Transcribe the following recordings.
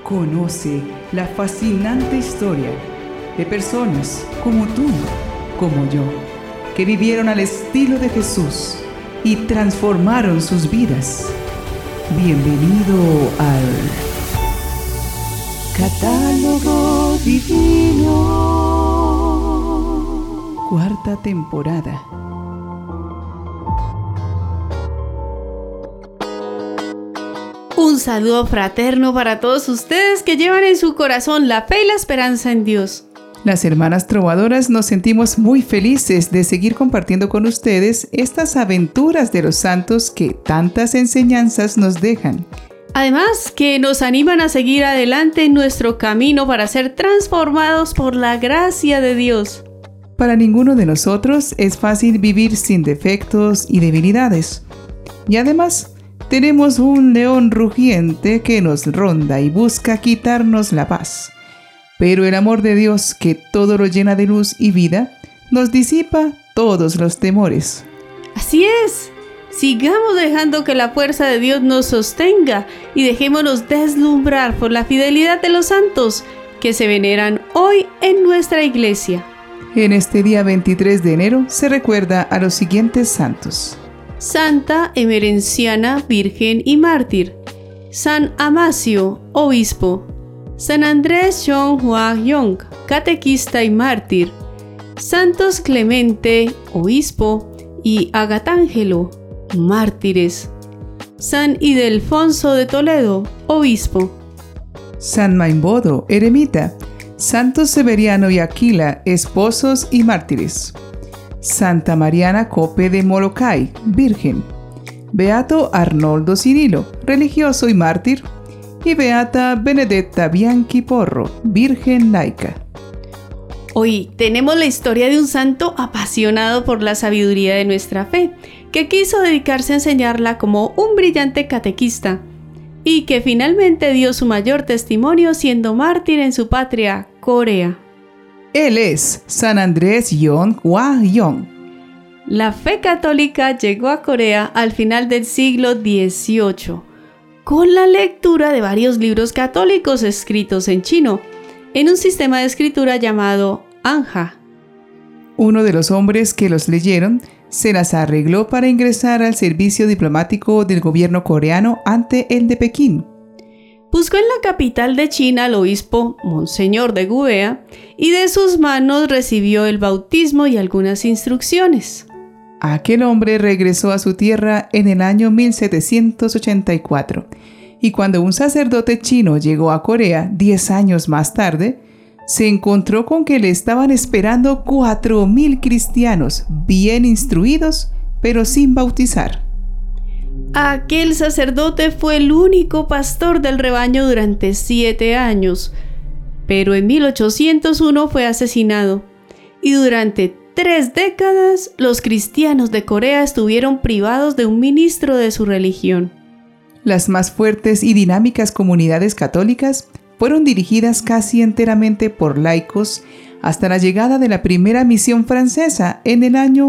Conoce la fascinante historia de personas como tú, como yo, que vivieron al estilo de Jesús y transformaron sus vidas. Bienvenido al Catálogo Divino. Cuarta temporada. Un saludo fraterno para todos ustedes que llevan en su corazón la fe y la esperanza en Dios. Las hermanas trovadoras nos sentimos muy felices de seguir compartiendo con ustedes estas aventuras de los santos que tantas enseñanzas nos dejan. Además, que nos animan a seguir adelante en nuestro camino para ser transformados por la gracia de Dios. Para ninguno de nosotros es fácil vivir sin defectos y debilidades. Y además, tenemos un león rugiente que nos ronda y busca quitarnos la paz. Pero el amor de Dios, que todo lo llena de luz y vida, nos disipa todos los temores. Así es. Sigamos dejando que la fuerza de Dios nos sostenga y dejémonos deslumbrar por la fidelidad de los santos que se veneran hoy en nuestra iglesia. En este día 23 de enero se recuerda a los siguientes santos: Santa Emerenciana, Virgen y Mártir. San Amasio, Obispo. San Andrés Yong, Catequista y Mártir. Santos Clemente, Obispo, y Agatángelo, mártires. San Ildefonso de Toledo, Obispo. San Maimbodo, eremita. Santos Severiano y Aquila, esposos y mártires. Santa Mariana Cope de Molokai, Virgen. Beato Arnoldo Cirilo, religioso y mártir. Y Beata Benedetta Bianchi Porro, Virgen laica. Hoy tenemos la historia de un santo apasionado por la sabiduría de nuestra fe, que quiso dedicarse a enseñarla como un brillante catequista, y que finalmente dio su mayor testimonio siendo mártir en su patria, Corea. Él es San Andrés Yong Hwa Yong. La fe católica llegó a Corea al final del siglo XVIII, con la lectura de varios libros católicos escritos en chino, en un sistema de escritura llamado Hanja. Uno de los hombres que los leyeron se las arregló para ingresar al servicio diplomático del gobierno coreano ante el de Pekín. Buscó en la capital de China al obispo Monseñor de Gubea y de sus manos recibió el bautismo y algunas instrucciones. Aquel hombre regresó a su tierra en el año 1784, y cuando un sacerdote chino llegó a Corea 10 años más tarde, se encontró con que le estaban esperando 4,000 cristianos bien instruidos, pero sin bautizar. Aquel sacerdote fue el único pastor del rebaño durante 7 años, pero en 1801 fue asesinado, y durante 3 décadas los cristianos de Corea estuvieron privados de un ministro de su religión. Las más fuertes y dinámicas comunidades católicas fueron dirigidas casi enteramente por laicos hasta la llegada de la primera misión francesa en el año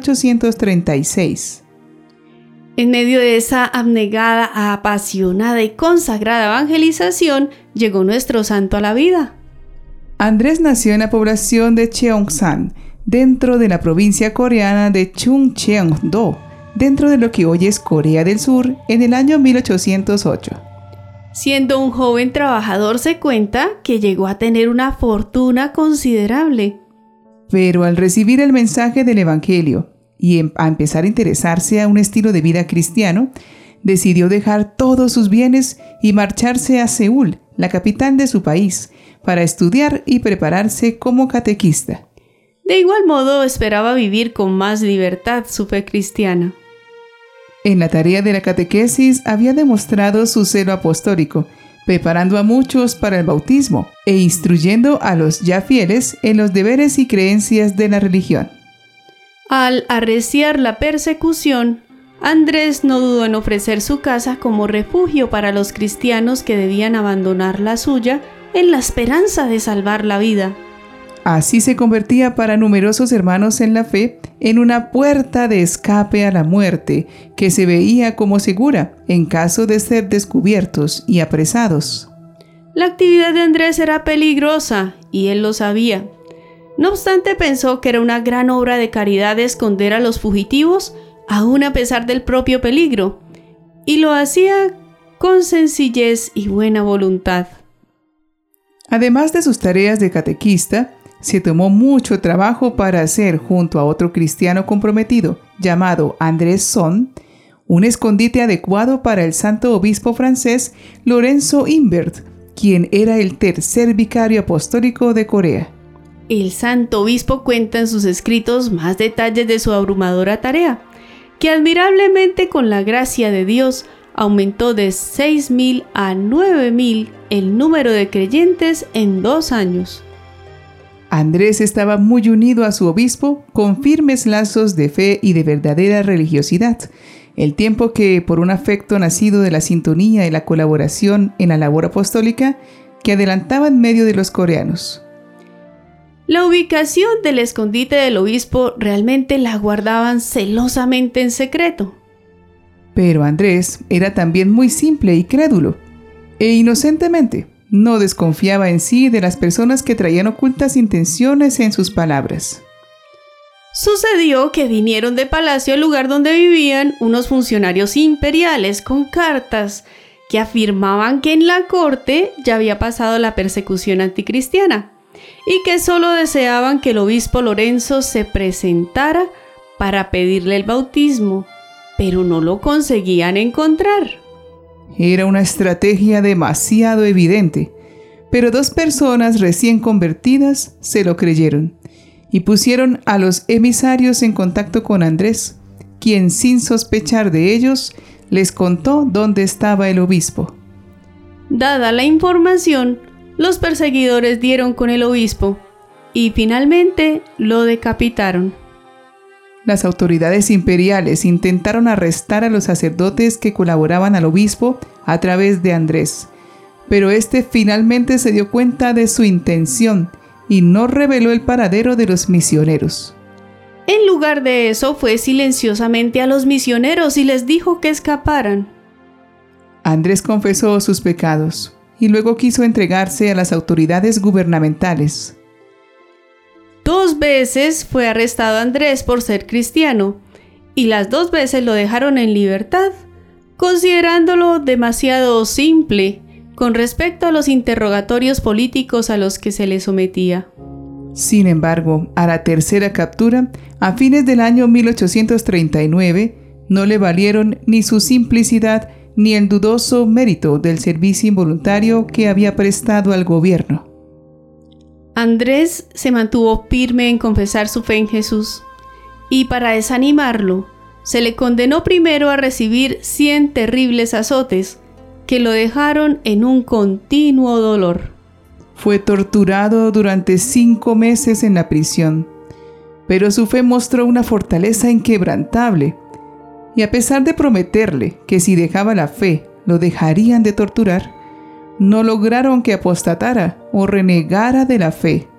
1836. En medio de esa abnegada, apasionada y consagrada evangelización, llegó nuestro santo a la vida. Andrés nació en la población de Cheongsan, dentro de la provincia coreana de Chungcheong-do, dentro de lo que hoy es Corea del Sur, en el año 1808. Siendo un joven trabajador, se cuenta que llegó a tener una fortuna considerable. Pero al recibir el mensaje del Evangelio y a empezar a interesarse a un estilo de vida cristiano, decidió dejar todos sus bienes y marcharse a Seúl, la capital de su país, para estudiar y prepararse como catequista. De igual modo, esperaba vivir con más libertad su fe cristiana. En la tarea de la catequesis había demostrado su celo apostólico, preparando a muchos para el bautismo e instruyendo a los ya fieles en los deberes y creencias de la religión. Al arreciar la persecución, Andrés no dudó en ofrecer su casa como refugio para los cristianos que debían abandonar la suya en la esperanza de salvar la vida. Así se convertía para numerosos hermanos en la fe en una puerta de escape a la muerte que se veía como segura en caso de ser descubiertos y apresados. La actividad de Andrés era peligrosa y él lo sabía. No obstante, pensó que era una gran obra de caridad esconder a los fugitivos, aún a pesar del propio peligro, y lo hacía con sencillez y buena voluntad. Además de sus tareas de catequista, se tomó mucho trabajo para hacer, junto a otro cristiano comprometido llamado Andrés Son, un escondite adecuado para el santo obispo francés Lorenzo Imbert, quien era el tercer vicario apostólico de Corea. El santo obispo cuenta en sus escritos más detalles de su abrumadora tarea, que admirablemente con la gracia de Dios aumentó de 6.000 a 9.000 el número de creyentes en 2 años. Andrés estaba muy unido a su obispo con firmes lazos de fe y de verdadera religiosidad, el tiempo que, por un afecto nacido de la sintonía y la colaboración en la labor apostólica, que adelantaba en medio de los coreanos. La ubicación del escondite del obispo realmente la guardaban celosamente en secreto. Pero Andrés era también muy simple y crédulo, e inocentemente no desconfiaba en sí de las personas que traían ocultas intenciones en sus palabras. Sucedió que vinieron de palacio al lugar donde vivían unos funcionarios imperiales con cartas que afirmaban que en la corte ya había pasado la persecución anticristiana y que solo deseaban que el obispo Lorenzo se presentara para pedirle el bautismo, pero no lo conseguían encontrar. Era una estrategia demasiado evidente, pero 2 personas recién convertidas se lo creyeron y pusieron a los emisarios en contacto con Andrés, quien sin sospechar de ellos les contó dónde estaba el obispo. Dada la información, los perseguidores dieron con el obispo y finalmente lo decapitaron. Las autoridades imperiales intentaron arrestar a los sacerdotes que colaboraban al obispo a través de Andrés, pero este finalmente se dio cuenta de su intención y no reveló el paradero de los misioneros. En lugar de eso, fue silenciosamente a los misioneros y les dijo que escaparan. Andrés confesó sus pecados y luego quiso entregarse a las autoridades gubernamentales. 2 veces fue arrestado Andrés por ser cristiano y las 2 veces lo dejaron en libertad, considerándolo demasiado simple con respecto a los interrogatorios políticos a los que se le sometía. Sin embargo, a la tercera captura, a fines del año 1839, no le valieron ni su simplicidad ni el dudoso mérito del servicio involuntario que había prestado al gobierno. Andrés se mantuvo firme en confesar su fe en Jesús, y para desanimarlo, se le condenó primero a recibir 100 terribles azotes que lo dejaron en un continuo dolor. Fue torturado durante 5 meses en la prisión, pero su fe mostró una fortaleza inquebrantable, y a pesar de prometerle que si dejaba la fe, lo dejarían de torturar, no lograron que apostatara o renegara de la fe.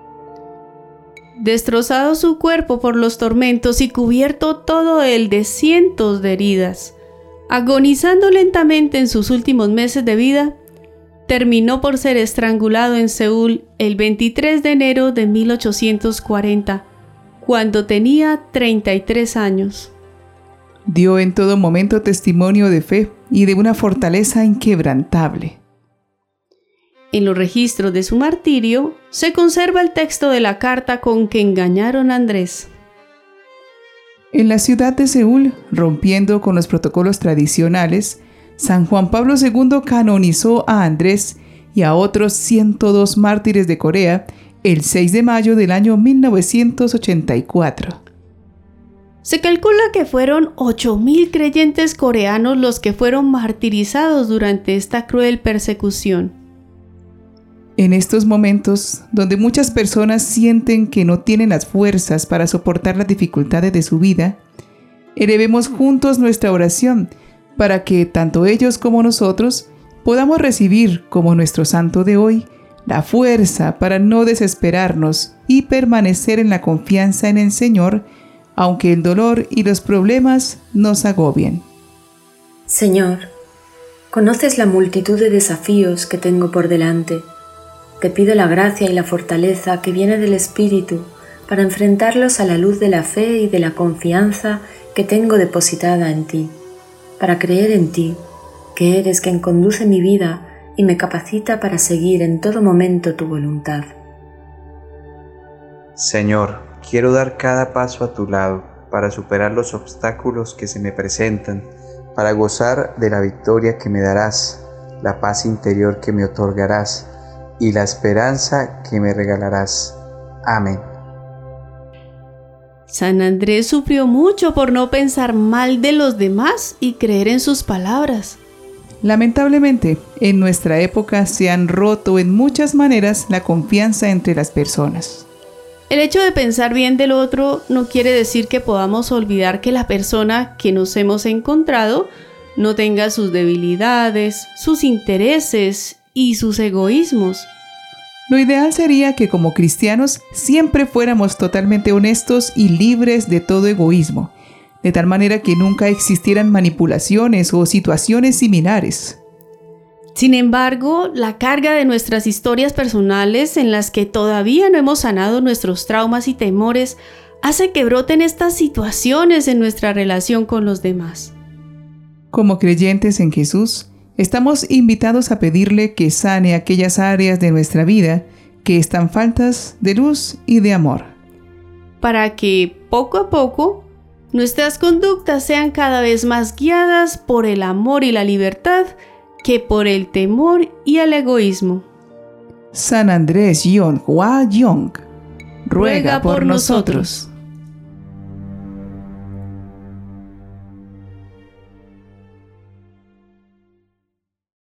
Destrozado su cuerpo por los tormentos y cubierto todo él de cientos de heridas, agonizando lentamente en sus últimos meses de vida, terminó por ser estrangulado en Seúl el 23 de enero de 1840, cuando tenía 33 años. Dio en todo momento testimonio de fe y de una fortaleza inquebrantable. En los registros de su martirio se conserva el texto de la carta con que engañaron a Andrés. En la ciudad de Seúl, rompiendo con los protocolos tradicionales, San Juan Pablo II canonizó a Andrés y a otros 102 mártires de Corea el 6 de mayo del año 1984. Se calcula que fueron 8.000 creyentes coreanos los que fueron martirizados durante esta cruel persecución. En estos momentos, donde muchas personas sienten que no tienen las fuerzas para soportar las dificultades de su vida, elevemos juntos nuestra oración para que tanto ellos como nosotros podamos recibir, como nuestro santo de hoy, la fuerza para no desesperarnos y permanecer en la confianza en el Señor, aunque el dolor y los problemas nos agobien. Señor, Conoces la multitud de desafíos que tengo por delante. Te pido la gracia y la fortaleza que viene del Espíritu para enfrentarlos a la luz de la fe y de la confianza que tengo depositada en ti, para creer en ti, que eres quien conduce mi vida y me capacita para seguir en todo momento tu voluntad. Señor, quiero dar cada paso a tu lado para superar los obstáculos que se me presentan, para gozar de la victoria que me darás, la paz interior que me otorgarás y la esperanza que me regalarás. Amén. San Andrés sufrió mucho por no pensar mal de los demás y creer en sus palabras. Lamentablemente, en nuestra época se han roto en muchas maneras la confianza entre las personas. El hecho de pensar bien del otro no quiere decir que podamos olvidar que la persona que nos hemos encontrado no tenga sus debilidades, sus intereses y sus egoísmos. Lo ideal sería que como cristianos siempre fuéramos totalmente honestos y libres de todo egoísmo, de tal manera que nunca existieran manipulaciones o situaciones similares. Sin embargo, la carga de nuestras historias personales en las que todavía no hemos sanado nuestros traumas y temores hace que broten estas situaciones en nuestra relación con los demás. Como creyentes en Jesús, estamos invitados a pedirle que sane aquellas áreas de nuestra vida que están faltas de luz y de amor, para que poco a poco nuestras conductas sean cada vez más guiadas por el amor y la libertad que por el temor y el egoísmo. San Andrés Yon Hua Yong, ruega por nosotros.